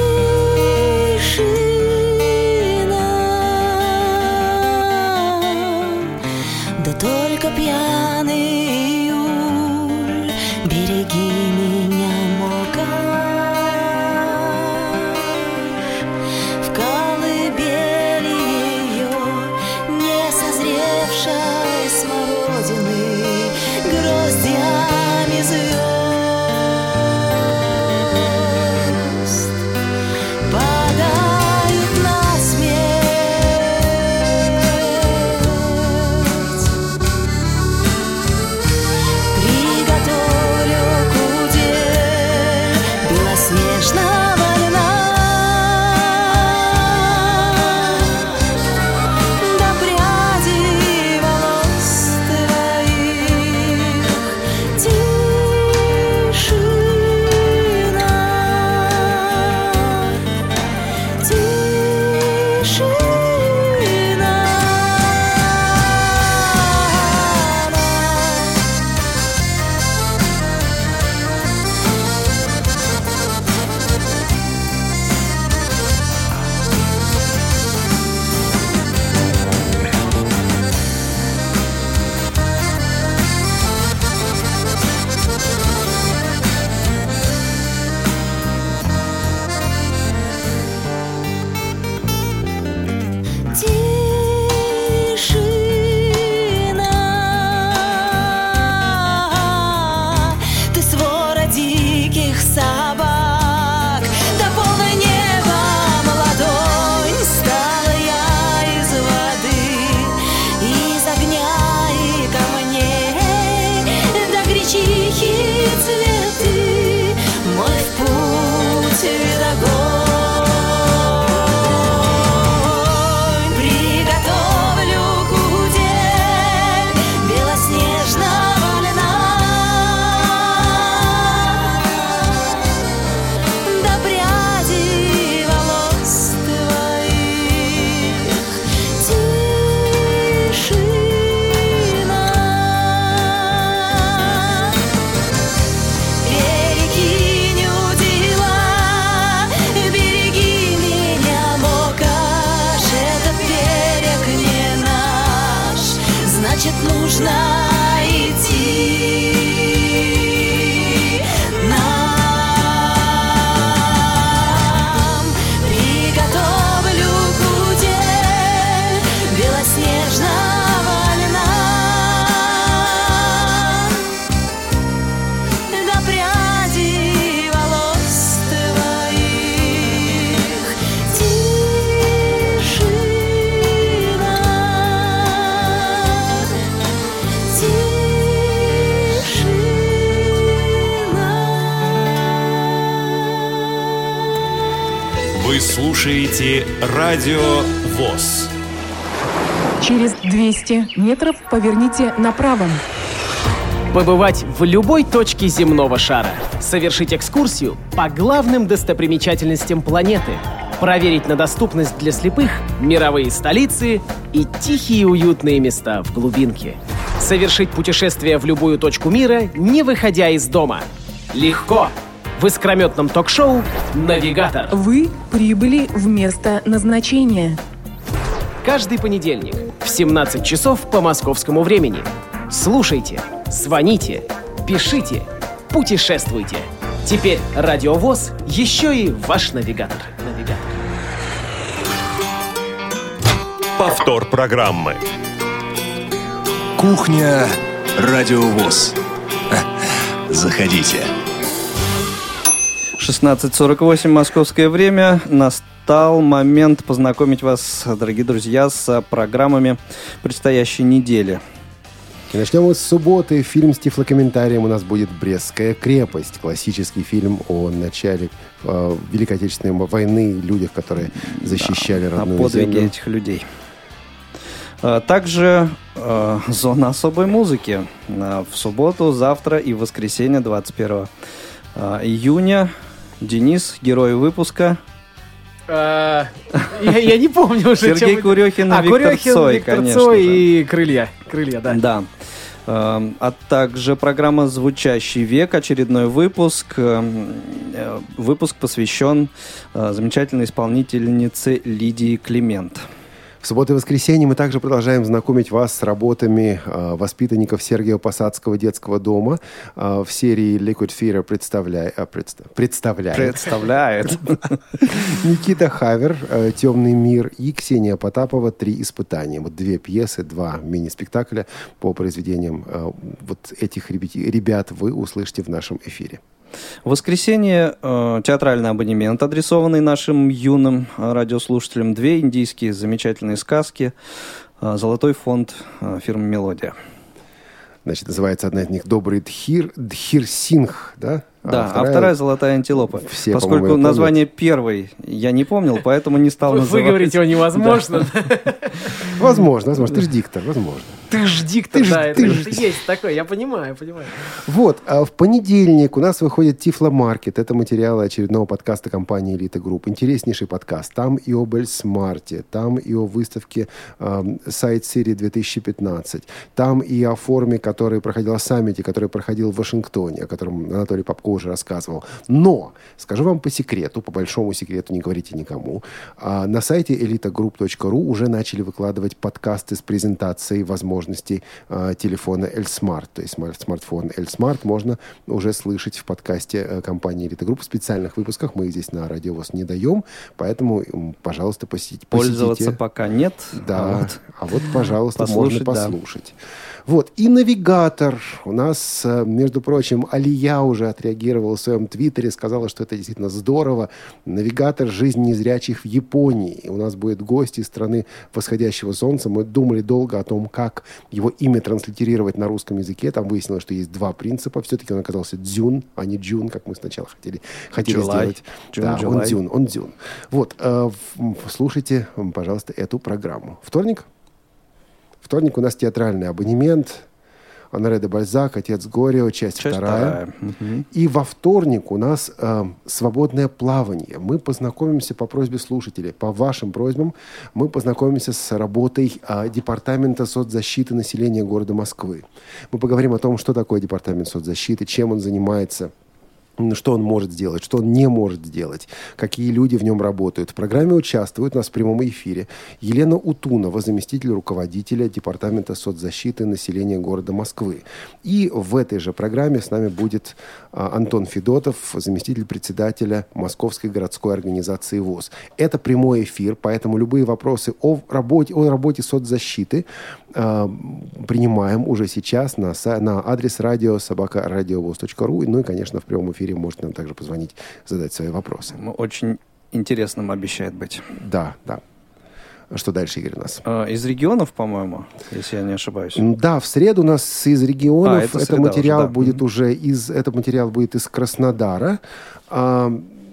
Вы слушаете Радио ВОС. Через 200 метров поверните направо. Побывать в любой точке земного шара. Совершить экскурсию по главным достопримечательностям планеты. Проверить на доступность для слепых мировые столицы и тихие уютные места в глубинке. Совершить путешествие в любую точку мира, не выходя из дома. Легко! В искрометном ток-шоу «Навигатор». Вы прибыли в место назначения. Каждый понедельник в 17 часов по московскому времени. Слушайте, звоните, пишите, путешествуйте. Теперь Радио ВОС еще и ваш навигатор. Повтор программы. Кухня Радио ВОС. Заходите. 16:48 московское время. Настал момент познакомить вас, дорогие друзья, с программами предстоящей недели. И начнем мы с субботы. Фильм с тифлокомментарием у нас будет «Брестская крепость». Классический фильм о начале Великой Отечественной войны, людях, которые защищали родную землю. О подвиге этих людей. Также зона особой музыки. В субботу, завтра и в воскресенье, 21 июня. Денис, герой выпуска. Я не помню уже. Сергей Курехин и Виктор Цой, конечно Цой и «Крылья». «Крылья», да. Да. А также программа «Звучащий век», очередной выпуск. Выпуск посвящен замечательной исполнительнице Лидии Климент. В субботу и воскресенье мы также продолжаем знакомить вас с работами воспитанников Сергиево-Посадского детского дома. В серии Liquid Theater представляет Никита Хавер «Темный мир» и Ксения Потапова «Три испытания». Вот две пьесы, два мини-спектакля по произведениям вот этих ребят вы услышите в нашем эфире. В воскресенье театральный абонемент, адресованный нашим юным радиослушателям. Две индийские замечательные сказки. Золотой фонд фирмы «Мелодия». Значит, называется одна из них «Добрый Дхир Сингх», да? Да, а вторая «Золотая антилопа». Все, поскольку название первой я не помнил, поэтому не стал называть. Вы говорите, его невозможно. Возможно. Ты ж диктор, возможно. Ты ж диктор, да, это есть такое, я понимаю. Вот, а в понедельник у нас выходит Тифломаркет. Это материалы очередного подкаста компании «Элита Групп». Интереснейший подкаст. Там и об Эльсмарте, там и о выставке Сайт Сири 2015, там и о форуме, который проходил, о саммите, который проходил в Вашингтоне, о котором Анатолий Попко уже рассказывал. Но, скажу вам по секрету, по большому секрету, не говорите никому, на сайте elitagroup.ru уже начали выкладывать подкасты с презентацией возможностей телефона Эльсмарт. То есть смартфон Эльсмарт можно уже слышать в подкасте компании «Элита Групп». В специальных выпусках мы их здесь на Радио ВОС не даем, поэтому, пожалуйста, посетите. Пользоваться пока нет. Да, а вот пожалуйста, можно послушать. Да. Вот, и «Навигатор». У нас, между прочим, Алия уже отреагировала в своем твиттере, сказала, что это действительно здорово. «Навигатор. Жизнь незрячих в Японии». У нас будет гость из страны восходящего солнца. Мы думали долго о том, как его имя транслитерировать на русском языке. Там выяснилось, что есть два принципа. Все-таки он оказался Дзюн, а не Джун, как мы сначала хотели сделать. Он Дзюн. Вот, слушайте, пожалуйста, эту программу. Вторник у нас театральный абонемент. Оноре де Бальзак, «Отец Горио», часть вторая. Угу. И во вторник у нас свободное плавание. Мы познакомимся по просьбе слушателей, по вашим просьбам, мы познакомимся с работой Департамента соцзащиты населения города Москвы. Мы поговорим о том, что такое Департамент соцзащиты, чем он занимается, что он может сделать, что он не может сделать, какие люди в нем работают. В программе участвуют у нас в прямом эфире Елена Утунова, заместитель руководителя Департамента соцзащиты населения города Москвы. И в этой же программе с нами будет Антон Федотов, заместитель председателя Московской городской организации ВОС. Это прямой эфир, поэтому любые вопросы о работе соцзащиты принимаем уже сейчас на адрес radio@radiovos.ru. Ну и, конечно, в прямом эфире можете нам также позвонить, задать свои вопросы. Очень интересным обещает быть. Да. Что дальше, Игорь, у нас? Из регионов, по-моему, если я не ошибаюсь. Да, в среду у нас из регионов. Этот материал будет уже этот материал будет из Краснодара.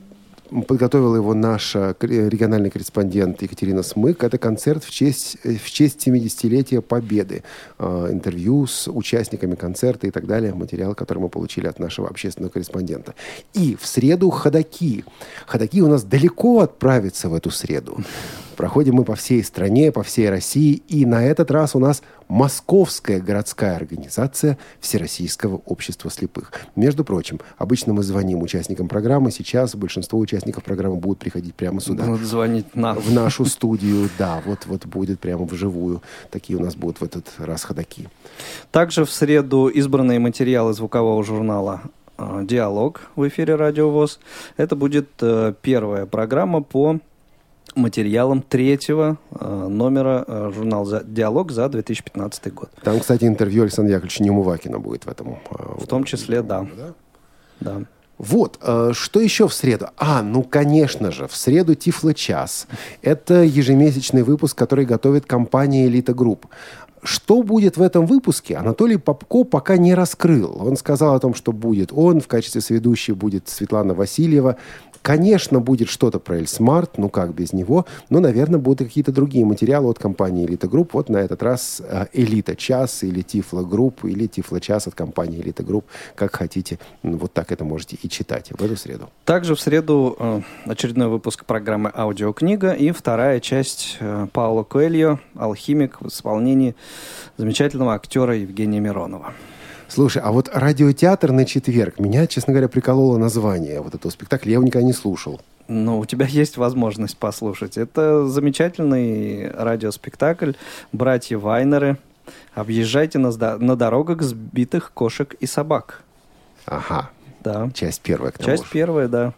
подготовила его наша региональный корреспондент Екатерина Смык. Это концерт в честь 70-летия Победы. Интервью с участниками концерта и так далее. Материал, который мы получили от нашего общественного корреспондента. И в среду ходаки. Ходаки у нас далеко отправятся в эту среду. Проходим мы по всей стране, по всей России. И на этот раз у нас Московская городская организация Всероссийского общества слепых. Между прочим, обычно мы звоним участникам программы. Сейчас большинство участников программы будут приходить прямо сюда. Будут звонить в нашу студию. Да, вот будет прямо вживую. Такие у нас будут в этот раз ходаки. Также в среду избранные материалы звукового журнала «Диалог» в эфире «Радио ВОС». Это будет первая программа по материалам третьего номера журнала «Диалог» за 2015 год. Там, кстати, интервью Александра Яковлевича Неумывакина будет в этом. В том числе, да. Вот, что еще в среду? Конечно же, в среду Тифло-час. Это ежемесячный выпуск, который готовит компания «Элита Групп». Что будет в этом выпуске, Анатолий Попко пока не раскрыл. Он сказал о том, что будет он, в качестве соведущей будет Светлана Васильева. Конечно, будет что-то про Эльсмарт, как без него, но, наверное, будут какие-то другие материалы от компании «Элита Групп». Вот на этот раз «Элита Час» или «Тифло Групп» или «Тифло Час» от компании «Элита Групп». Как хотите, вот так это можете и читать в эту среду. Также в среду очередной выпуск программы «Аудиокнига» и вторая часть Пауло Коэльо «Алхимик» в исполнении замечательного актера Евгения Миронова. Слушай, а вот радиотеатр на четверг меня, честно говоря, прикололо название вот этого спектакля. Я его никогда не слушал. У тебя есть возможность послушать. Это замечательный радиоспектакль «Братья Вайнеры». Объезжайте на дорогах сбитых кошек и собак. Ага. Да. Часть первая, к тому Часть первая, да.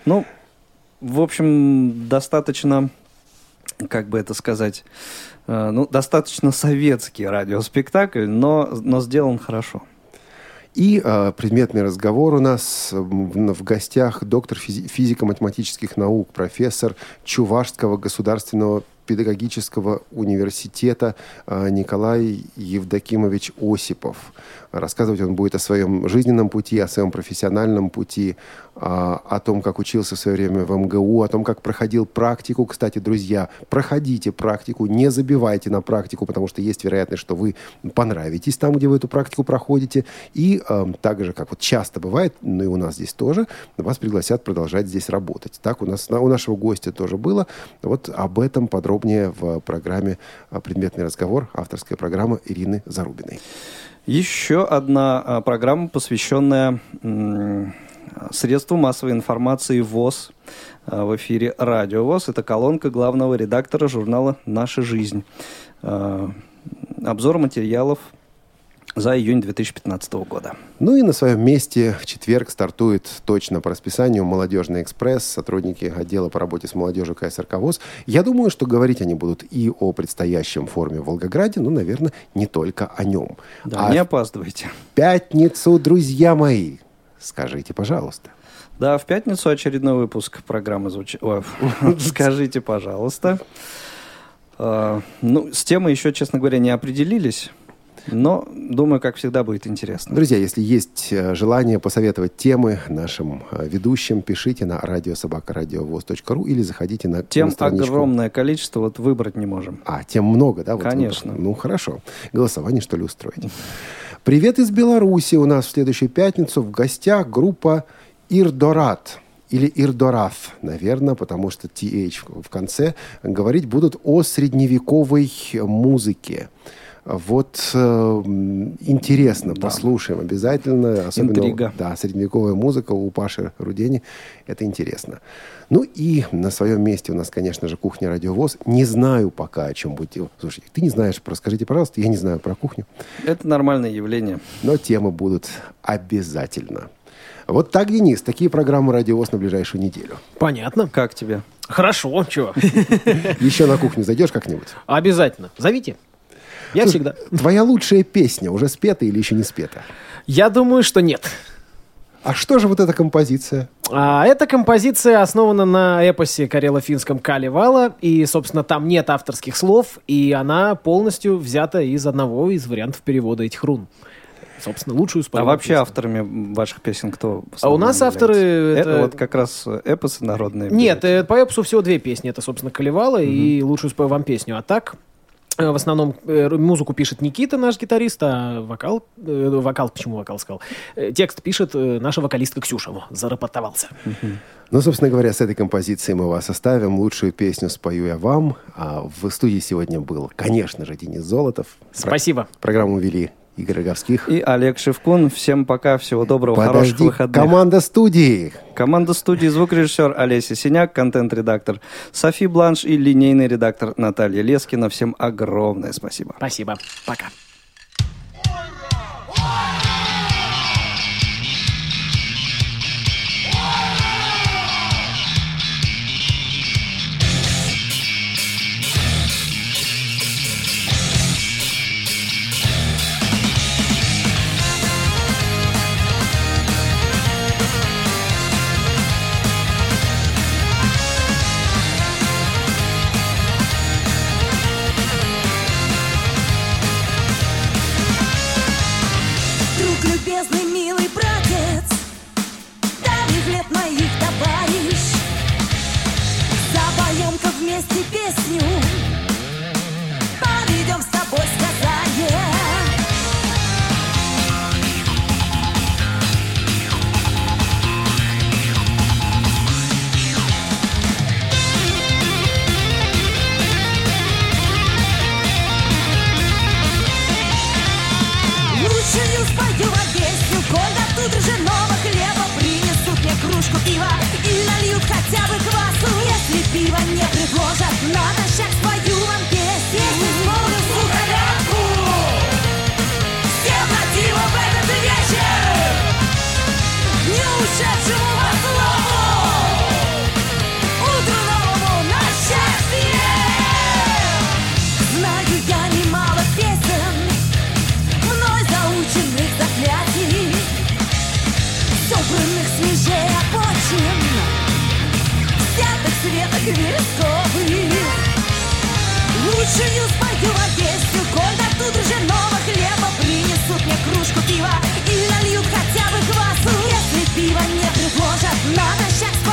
В общем, достаточно, как бы это сказать, достаточно советский радиоспектакль, но сделан хорошо. И предметный разговор у нас в гостях доктор физико-математических наук, профессор Чувашского государственного педагогического университета Николай Евдокимович Осипов. Рассказывать он будет о своем жизненном пути, о своем профессиональном пути, о том, как учился в свое время в МГУ, о том, как проходил практику. Кстати, друзья, проходите практику, не забивайте на практику, потому что есть вероятность, что вы понравитесь там, где вы эту практику проходите. И так же, как часто бывает, и у нас здесь тоже, вас пригласят продолжать здесь работать. Так у нашего гостя тоже было. Вот об этом подробнее в программе «Предметный разговор», авторская программа Ирины Зарубиной. Еще одна программа, посвященная средству массовой информации ВОС в эфире «Радио ВОС». Это колонка главного редактора журнала «Наша жизнь». Обзор материалов за июнь 2015 года. И на своем месте в четверг стартует точно по расписанию «Молодежный экспресс», сотрудники отдела по работе с молодежью КСРК ВОС. Я думаю, что говорить они будут и о предстоящем форуме в Волгограде, наверное, не только о нем. Да, не опаздывайте. В пятницу, друзья мои, скажите, пожалуйста. Да, в пятницу очередной выпуск программы звучит. Скажите, пожалуйста. С темой еще, честно говоря, не определились. Но, думаю, как всегда, будет интересно. Друзья, если есть желание посоветовать темы нашим ведущим, пишите на радиособака.радиовоз.ру или заходите на тем страничку. Огромное количество, выбрать не можем. Тем много, да? Конечно. Хорошо. Голосование, что ли, устроить. Привет из Беларуси. У нас в следующую пятницу в гостях группа «Ирдорат». Или «Ирдораф», наверное, потому что TH в конце. Говорить будут о средневековой музыке. Интересно, послушаем обязательно. Особенно, интрига. Да, средневековая музыка у Паши Рудени. Это интересно. И на своем месте у нас, конечно же, кухня «Радио ВОС». Не знаю пока, о чем будет. Слушай, ты не знаешь, расскажите, пожалуйста. Я не знаю про кухню. Это нормальное явление. Но темы будут обязательно. Вот так, Денис. Такие программы «Радио ВОС» на ближайшую неделю. Понятно. Как тебе? Хорошо, чего? Еще на кухню зайдешь как-нибудь? Обязательно. Зовите. Я всегда. Твоя лучшая песня уже спета или еще не спета? Я думаю, что нет. А что же вот эта композиция? Эта композиция основана на эпосе карело-финском «Калевала», и, собственно, там нет авторских слов, и она полностью взята из одного из вариантов перевода этих рун. собственно, лучшую спою. А вообще авторами ваших песен кто? А у нас авторы... Это вот как раз эпосы народные? Нет, по эпосу всего 2 песни. Это, собственно, «Калевала» и «Лучшую спою вам песню». А так... В основном музыку пишет Никита, наш гитарист, а почему вокал сказал? Текст пишет наша вокалистка Ксюша. Зарапортовался. Ну, собственно говоря, с этой композицией мы вас оставим. Лучшую песню спою я вам. А в студии сегодня был, конечно же, Денис Золотов. Спасибо. Программу вели Игорь Роговских. И Олег Шевкун. Всем пока, всего доброго, хороших выходных. Команда студии. Команда студии, звукорежиссер Олеся Синяк, контент-редактор Софи Бланш и линейный редактор Наталья Лескина. Всем огромное спасибо. Спасибо. Пока. Лучшую спою вам песню, коль дадут ржаного хлеба, принесут мне кружку пива и нальют хотя бы квасу. Если пива не предложат, надо щас